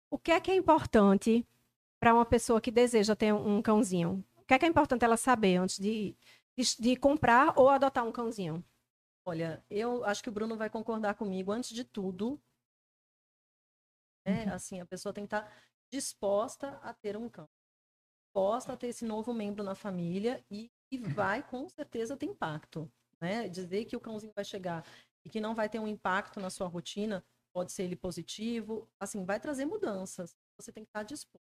O que é importante para uma pessoa que deseja ter um cãozinho? O que é importante ela saber antes de comprar ou adotar um cãozinho? Olha, eu acho que o Bruno vai concordar comigo. Antes de tudo, né? Assim, a pessoa tem que estar disposta a ter um cão, disposta a ter esse novo membro na família e vai com certeza ter impacto, né? Dizer que o cãozinho vai chegar e que não vai ter um impacto na sua rotina, pode ser ele positivo, assim, vai trazer mudanças. Você tem que estar disposto.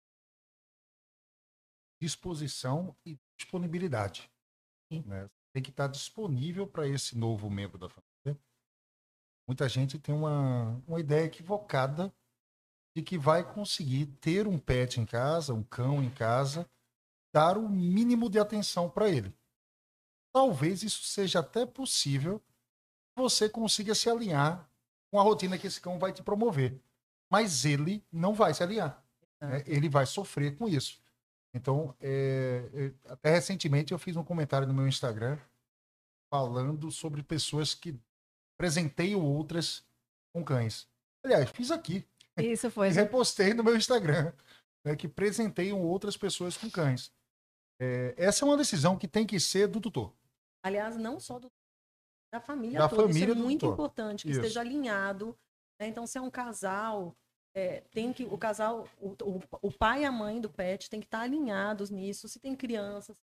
Disposição e disponibilidade. Né? Tem que estar disponível para esse novo membro da família. Muita gente tem uma ideia equivocada de que vai conseguir ter um pet em casa, um cão em casa, dar o mínimo de atenção para ele. Talvez isso seja até possível, você consiga se alinhar com a rotina que esse cão vai te promover. Mas ele não vai se alinhar. Né? Ele vai sofrer com isso. Então, até recentemente eu fiz um comentário no meu Instagram falando sobre pessoas que presenteiam outras com cães. Aliás, fiz aqui Isso foi. e repostei no meu Instagram, né, que presenteiam outras pessoas com cães. Essa é uma decisão que tem que ser do tutor. Aliás, não só da família Da toda. Isso é família do muito tutor. importante, que Isso. esteja alinhado. Né? Então, se é um casal, tem que o casal, o pai e a mãe do pet tem que estar alinhados nisso. Se tem crianças,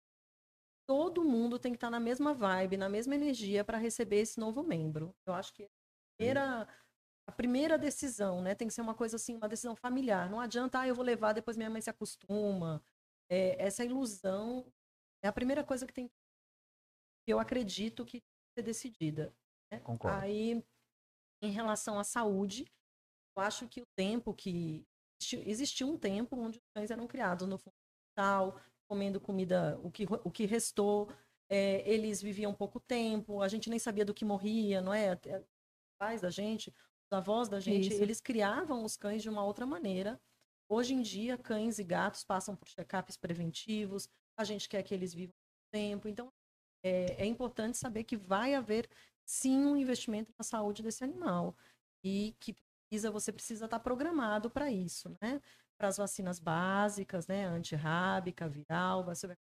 todo mundo tem que estar na mesma vibe, na mesma energia para receber esse novo membro. Eu acho que a primeira decisão, né, tem que ser uma coisa assim, uma decisão familiar. Não adianta, eu vou levar, depois minha mãe se acostuma. Essa ilusão é a primeira coisa que eu acredito que tem que ser decidida. Né? Concordo. Aí, em relação à saúde, eu acho que o tempo que existiu um tempo onde os cães eram criados no fundamental, comendo comida, o que restou, eles viviam pouco tempo, a gente nem sabia do que morria, não é? Até os pais da gente, os avós da gente, Isso. eles criavam os cães de uma outra maneira. Hoje em dia, cães e gatos passam por check-ups preventivos, a gente quer que eles vivam tempo, então é importante saber que vai haver sim um investimento na saúde desse animal e que você precisa estar programado para isso, né? Para as vacinas básicas, né? Antirrábica, viral, você vai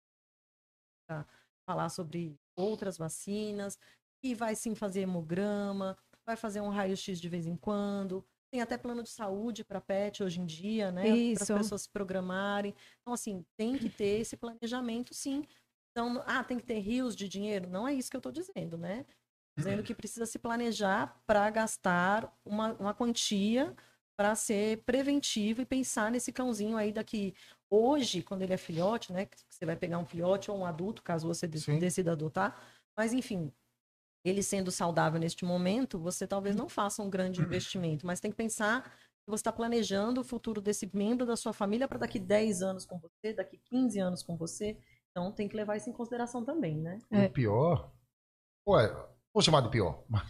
falar sobre outras vacinas e vai sim fazer hemograma, vai fazer um raio-x de vez em quando. Tem até plano de saúde para pet hoje em dia, né? Para as Isso. pessoas se programarem. Então, assim, tem que ter esse planejamento, sim. Então, tem que ter rios de dinheiro? Não é isso que eu estou dizendo, né? Dizendo que precisa se planejar para gastar uma quantia para ser preventivo e pensar nesse cãozinho aí daqui. Hoje, quando ele é filhote, né? Que você vai pegar um filhote ou um adulto, caso você Sim. decida adotar. Mas, enfim, ele sendo saudável neste momento, você talvez não faça um grande investimento, mas tem que pensar que você está planejando o futuro desse membro da sua família para daqui 10 anos com você, daqui 15 anos com você. Então tem que levar isso em consideração também, né? E o pior, ué, vou chamar de pior, mas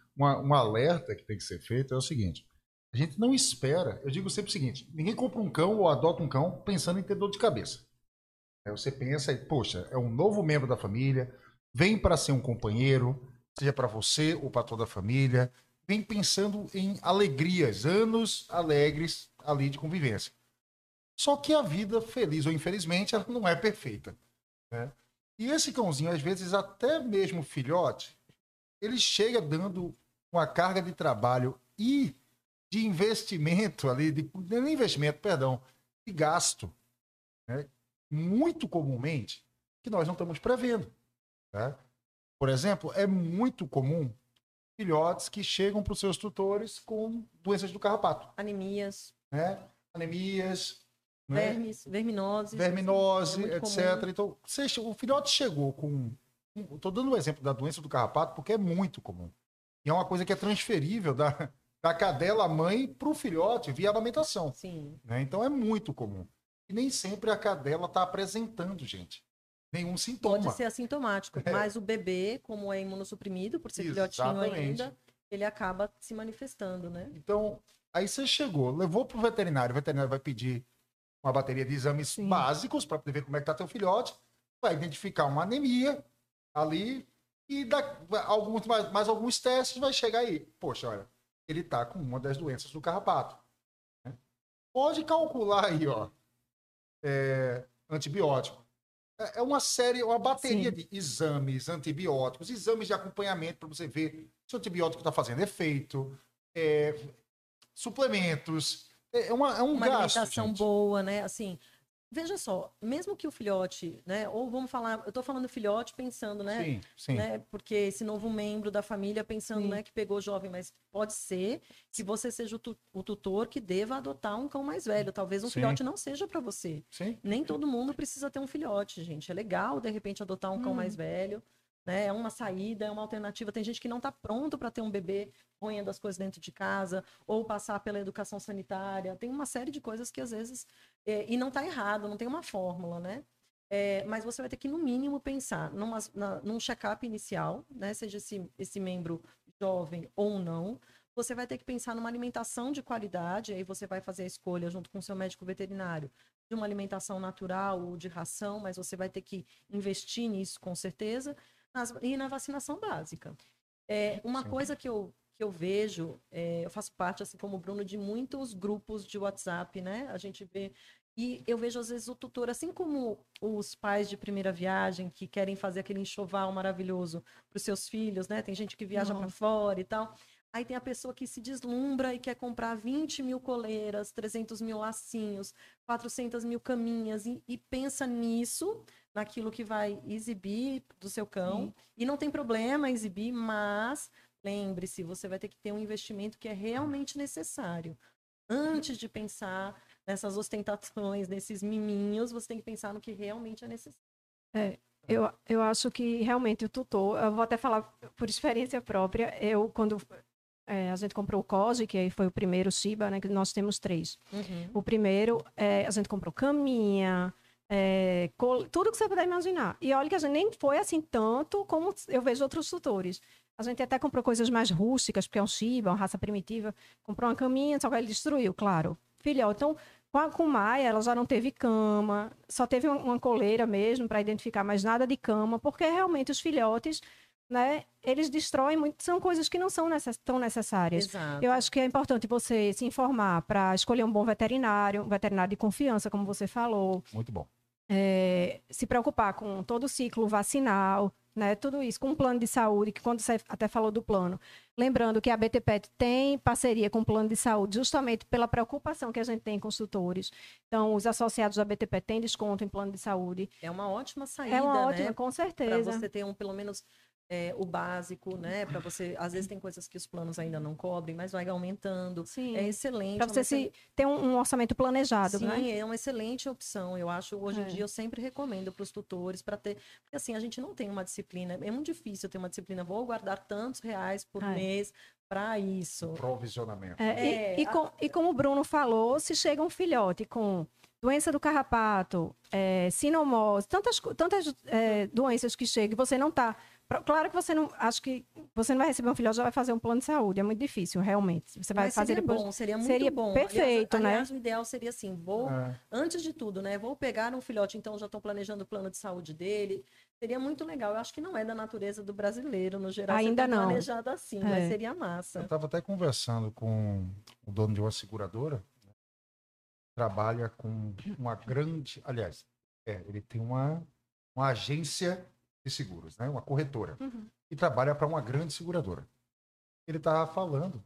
um alerta que tem que ser feito é o seguinte: a gente não espera, eu digo sempre o seguinte: ninguém compra um cão ou adota um cão pensando em ter dor de cabeça. Você pensa, poxa, é um novo membro da família, vem para ser um companheiro, seja para você ou para toda a família, vem pensando em alegrias, anos alegres ali de convivência. Só que a vida, feliz ou infelizmente, ela não é perfeita. Né? E esse cãozinho, às vezes, até mesmo filhote, ele chega dando uma carga de trabalho e de investimento ali, não é investimento, perdão, de gasto, né? Muito comumente, que nós não estamos prevendo. Né? Por exemplo, é muito comum filhotes que chegam para os seus tutores com doenças do carrapato. Anemias, Né? Anemias, né? vermes, verminoses, é Verminose, muito comum. etc. Então, o filhote chegou com. Estou dando o exemplo da doença do carrapato porque é muito comum. E é uma coisa que é transferível da cadela mãe para o filhote via alimentação. Sim. Né? Então é muito comum. E nem sempre a cadela está apresentando, gente, nenhum Pode sintoma. ser assintomático, mas o bebê, como é imunossuprimido, por ser filhotinho Exatamente. ainda, ele acaba se manifestando, né? Então, aí você chegou, levou para o veterinário vai pedir uma bateria de exames básicos para poder ver como é que está teu filhote, vai identificar uma anemia ali e mais alguns testes vai chegar aí. Poxa, olha, ele está com uma das doenças do carrapato. Pode calcular aí, ó, antibiótico. É uma série, uma bateria Sim. de exames, antibióticos, exames de acompanhamento para você ver se o antibiótico está fazendo efeito, suplementos. É um Uma gasto, alimentação gente. boa, né? Assim, veja só, mesmo que o filhote, né? Ou vamos falar, eu estou falando filhote pensando, né? Sim, sim. Né? Porque esse novo membro da família pensando, Sim. né, que pegou jovem, mas pode ser que você seja o tutor que deva adotar um cão mais velho. Talvez um Sim. filhote não seja para você. Sim. Nem todo mundo precisa ter um filhote, gente. É legal, de repente, adotar um cão mais velho. Né? É uma saída, é uma alternativa. Tem gente que não está pronto para ter um bebê roendo as coisas dentro de casa, ou passar pela educação sanitária. Tem uma série de coisas que às vezes. E não está errado, não tem uma fórmula, né? Mas você vai ter que, no mínimo, pensar num check-up inicial, né? Seja esse membro jovem ou não. Você vai ter que pensar numa alimentação de qualidade, aí você vai fazer a escolha junto com o seu médico veterinário de uma alimentação natural ou de ração, mas você vai ter que investir nisso com certeza, e na vacinação básica. Uma Sim. coisa que eu vejo, eu faço parte, assim como o Bruno, de muitos grupos de WhatsApp, né? A gente vê. E eu vejo, às vezes, o tutor, assim como os pais de primeira viagem, que querem fazer aquele enxoval maravilhoso para os seus filhos, né? Tem gente que viaja para fora e tal. Aí tem a pessoa que se deslumbra e quer comprar 20 mil coleiras, 300 mil lacinhos, 400 mil caminhas, e pensa nisso, naquilo que vai exibir do seu cão. Sim. E não tem problema exibir, mas lembre-se, você vai ter que ter um investimento que é realmente necessário. Antes de pensar nessas ostentações, nesses miminhos, você tem que pensar no que realmente é necessário. Eu acho que realmente o tutor, eu vou até falar por experiência própria, quando a gente comprou o Koji, que foi o primeiro Shiba, né, que nós temos 3. O primeiro, a gente comprou caminha, tudo que você puder imaginar. E olha que a gente nem foi assim tanto como eu vejo outros tutores. A gente até comprou coisas mais rústicas, porque é um Shiba, uma raça primitiva. Comprou uma caminha, só que ele destruiu, claro. Filhote, então, com Maia, ela já não teve cama, só teve uma coleira mesmo para identificar, mas nada de cama, porque realmente os filhotes, né, eles destroem muito, são coisas que não são tão necessárias. Exato. Eu acho que é importante você se informar para escolher um bom veterinário, um veterinário de confiança, como você falou. Muito bom. Se preocupar com todo o ciclo vacinal, né, tudo isso, com um plano de saúde, que quando você até falou do plano, lembrando que a BTPET tem parceria com o plano de saúde, justamente pela preocupação que a gente tem com os tutores. Então, os associados da BTPET têm desconto em plano de saúde. É uma ótima saída, É uma ótima, né? com certeza. Para você ter pelo menos o básico, né? Para você, às vezes tem coisas que os planos ainda não cobrem, mas vai aumentando. Sim. É excelente. Para você ter um orçamento planejado, sim, né? Sim, é uma excelente opção. Eu acho, hoje em dia, eu sempre recomendo para os tutores, para ter. Porque assim, a gente não tem uma disciplina, é muito difícil ter uma disciplina. Vou guardar tantos reais por mês para isso. Provisionamento. E como o Bruno falou, se chega um filhote com doença do carrapato, sinomose, tantas doenças que chegam, e você não está. Claro que você não. Acho que você não vai receber um filhote, já vai fazer um plano de saúde. É muito difícil, realmente. Você vai fazer depois. Seria muito bom. Perfeito, aliás, o ideal seria assim: antes de tudo, né? Vou pegar um filhote, então já estou planejando o plano de saúde dele. Seria muito legal. Eu acho que não é da natureza do brasileiro, no geral, ainda não planejado assim, mas seria massa. Eu estava até conversando com o dono de uma seguradora, né? Trabalha com uma grande. Aliás, ele tem uma agência de seguros, né? Uma corretora. E trabalha para uma grande seguradora. Ele estava falando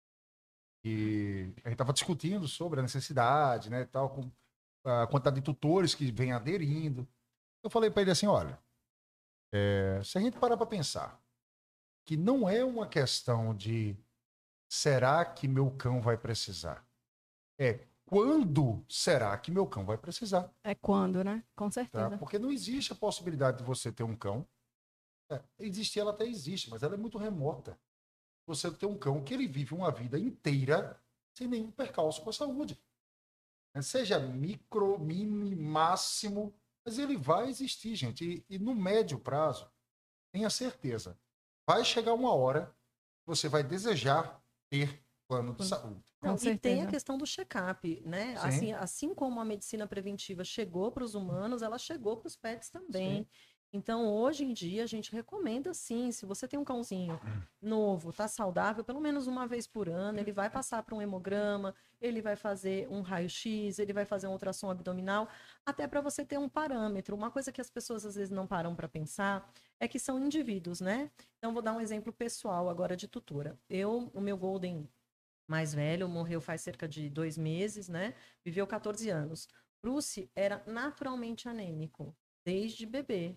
e a gente estava discutindo sobre a necessidade, né, tal, com a quantidade de tutores que vem aderindo. Eu falei para ele assim, olha, se a gente parar para pensar que não é uma questão de será que meu cão vai precisar? Quando será que meu cão vai precisar? É quando, né? Com certeza. Tá? Porque não existe a possibilidade de você ter um cão. Existir, ela até existe, mas ela é muito remota. Você ter um cão que ele vive uma vida inteira sem nenhum percalço com a saúde. Seja micro, mini, máximo, mas ele vai existir, gente. E no médio prazo, tenha certeza, vai chegar uma hora que você vai desejar ter plano de saúde. Não, e tem a questão do check-up, né? Sim. Assim como a medicina preventiva chegou para os humanos, ela chegou para os pets também. Sim. Então, hoje em dia, a gente recomenda sim, se você tem um cãozinho novo, tá saudável, pelo menos uma vez por ano, ele vai passar para um hemograma, ele vai fazer um raio-x, ele vai fazer um ultrassom abdominal, até para você ter um parâmetro. Uma coisa que as pessoas às vezes não param para pensar é que são indivíduos, né? Então, vou dar um exemplo pessoal agora de tutora. O meu Golden mais velho, morreu faz cerca de 2 meses, né? Viveu 14 anos. Bruce era naturalmente anêmico, desde bebê.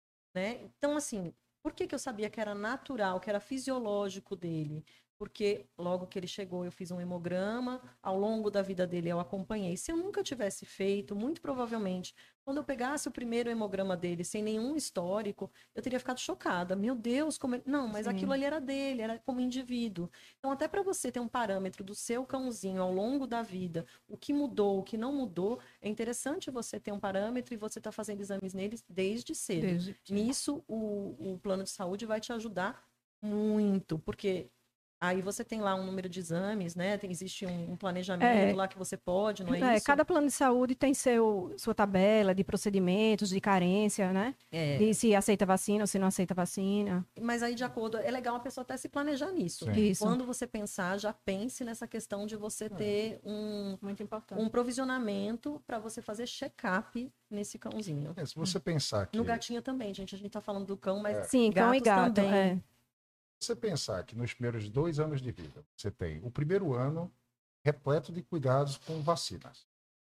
Né? Então, assim, por que eu sabia que era natural, que era fisiológico dele? Porque logo que ele chegou, eu fiz um hemograma, ao longo da vida dele eu acompanhei. Se eu nunca tivesse feito, muito provavelmente, quando eu pegasse o primeiro hemograma dele sem nenhum histórico, eu teria ficado chocada. Meu Deus, como ele... Não, mas aquilo ali era dele, era como indivíduo. Então, até para você ter um parâmetro do seu cãozinho ao longo da vida, o que mudou, o que não mudou, é interessante você ter um parâmetro e você estar fazendo exames neles desde cedo. Nisso, o plano de saúde vai te ajudar muito, porque aí você tem lá um número de exames, né? Existe um planejamento lá que você pode, não é isso? Cada plano de saúde tem sua tabela de procedimentos, de carência, né? De se aceita vacina ou se não aceita vacina. Mas aí, de acordo, é legal a pessoa até se planejar nisso. Isso. Quando você pensar, já pense nessa questão de você ter muito importante, um provisionamento para você fazer check-up nesse cãozinho. Se você pensar que... No gatinho também, gente. A gente tá falando do cão, mas sim, cão e gato também. Se você pensar que nos primeiros 2 anos de vida, você tem o primeiro ano repleto de cuidados com vacinas.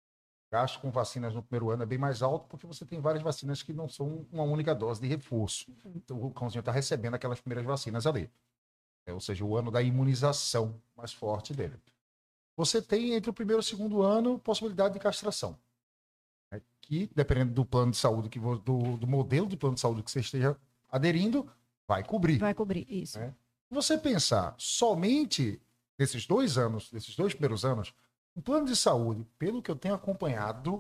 O gasto com vacinas no primeiro ano é bem mais alto porque você tem várias vacinas que não são uma única dose de reforço. Então, o cãozinho está recebendo aquelas primeiras vacinas ali. Ou seja, o ano da imunização mais forte dele. Você tem, entre o primeiro e o segundo ano, possibilidade de castração. Né? Que, dependendo do plano de saúde, do modelo de plano de saúde que você esteja aderindo, vai cobrir. Vai cobrir, isso. Né? Se você pensar somente nesses 2 anos, nesses 2 primeiros anos, o plano de saúde, pelo que eu tenho acompanhado,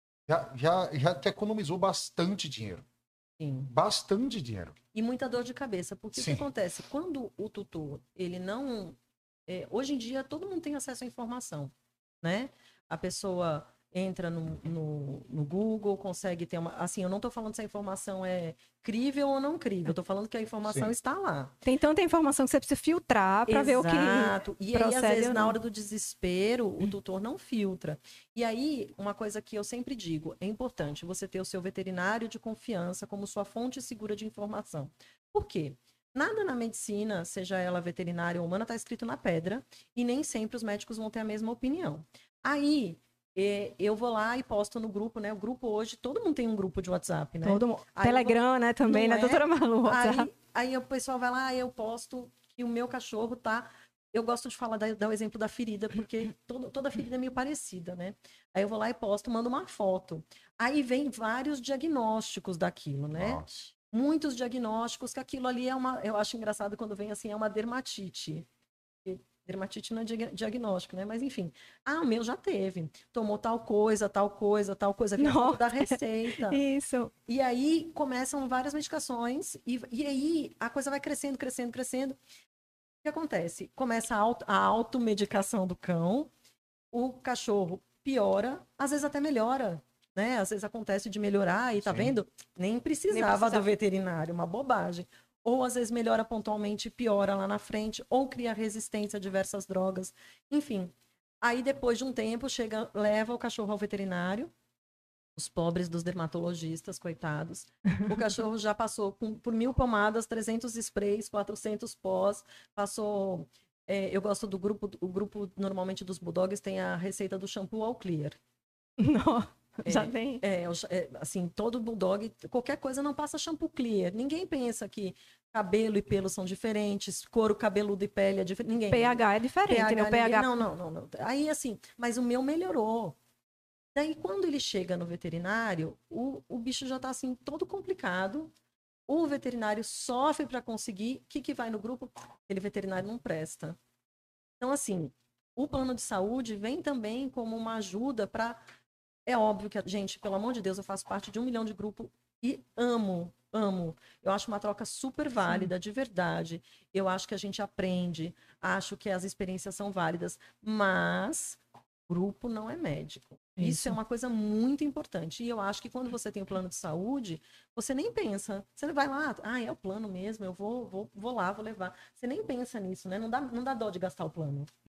já te economizou bastante dinheiro. Sim. Bastante dinheiro. E muita dor de cabeça. Porque o que acontece? Quando o tutor, ele não... hoje em dia, todo mundo tem acesso à informação, né? A pessoa entra no Google, consegue ter uma... Assim, eu não estou falando se a informação é crível ou não crível. Eu estou falando que a informação está lá. Tem tanta informação que você precisa filtrar para ver o que Exato. E aí, às vezes, na hora do desespero, o tutor não filtra. E aí, uma coisa que eu sempre digo, é importante você ter o seu veterinário de confiança como sua fonte segura de informação. Por quê? Nada na medicina, seja ela veterinária ou humana, está escrito na pedra e nem sempre os médicos vão ter a mesma opinião. Aí, eu vou lá e posto no grupo, né? O grupo hoje, todo mundo tem um grupo de WhatsApp, né? Telegram, né? Também, né, doutora Malu? Aí o pessoal vai lá, eu posto que o meu cachorro tá... Eu gosto de falar, dar o exemplo da ferida, porque toda ferida é meio parecida, né? Aí eu vou lá e posto, mando uma foto. Aí vem vários diagnósticos daquilo, né? Nossa. Muitos diagnósticos, que aquilo ali é uma... Eu acho engraçado quando vem assim, é uma dermatite. Dermatite não é diagnóstico, né? Mas enfim. O meu já teve. Tomou tal coisa, tal coisa, tal coisa. Vem da receita. Isso. E aí começam várias medicações. E aí a coisa vai crescendo, crescendo, crescendo. O que acontece? Começa a automedicação do cão. O cachorro piora. Às vezes até melhora. Né? Às vezes acontece de melhorar. E tá vendo? Nem precisava do veterinário. Uma bobagem. Ou às vezes melhora pontualmente e piora lá na frente, ou cria resistência a diversas drogas. Enfim, aí depois de um tempo, leva o cachorro ao veterinário, os pobres dos dermatologistas, coitados. O cachorro já passou por 1000 pomadas, 300 sprays, 400 pós, passou... eu gosto do grupo, o grupo normalmente dos bulldogs tem a receita do shampoo All Clear. Não. Já vem. Assim, todo bulldog, qualquer coisa não passa shampoo clear. Ninguém pensa que cabelo e pelo são diferentes, couro cabeludo e pele é diferente. Ninguém. pH é diferente, né? O pH... Não. Aí, assim, mas o meu melhorou. Daí, quando ele chega no veterinário, o bicho já tá, assim, todo complicado. O veterinário sofre para conseguir. O que vai no grupo? Aquele veterinário não presta. Então, assim, o plano de saúde vem também como uma ajuda para... É óbvio que, gente, pelo amor de Deus, eu faço parte de 1 milhão de grupo e amo. Eu acho uma troca super válida, de verdade. Eu acho que a gente aprende, acho que as experiências são válidas, mas grupo não é médico. Isso é uma coisa muito importante. E eu acho que quando você tem o plano de saúde, você nem pensa. Você vai lá, é o plano mesmo, eu vou lá, vou levar. Você nem pensa nisso, né? Não dá dó de gastar o plano.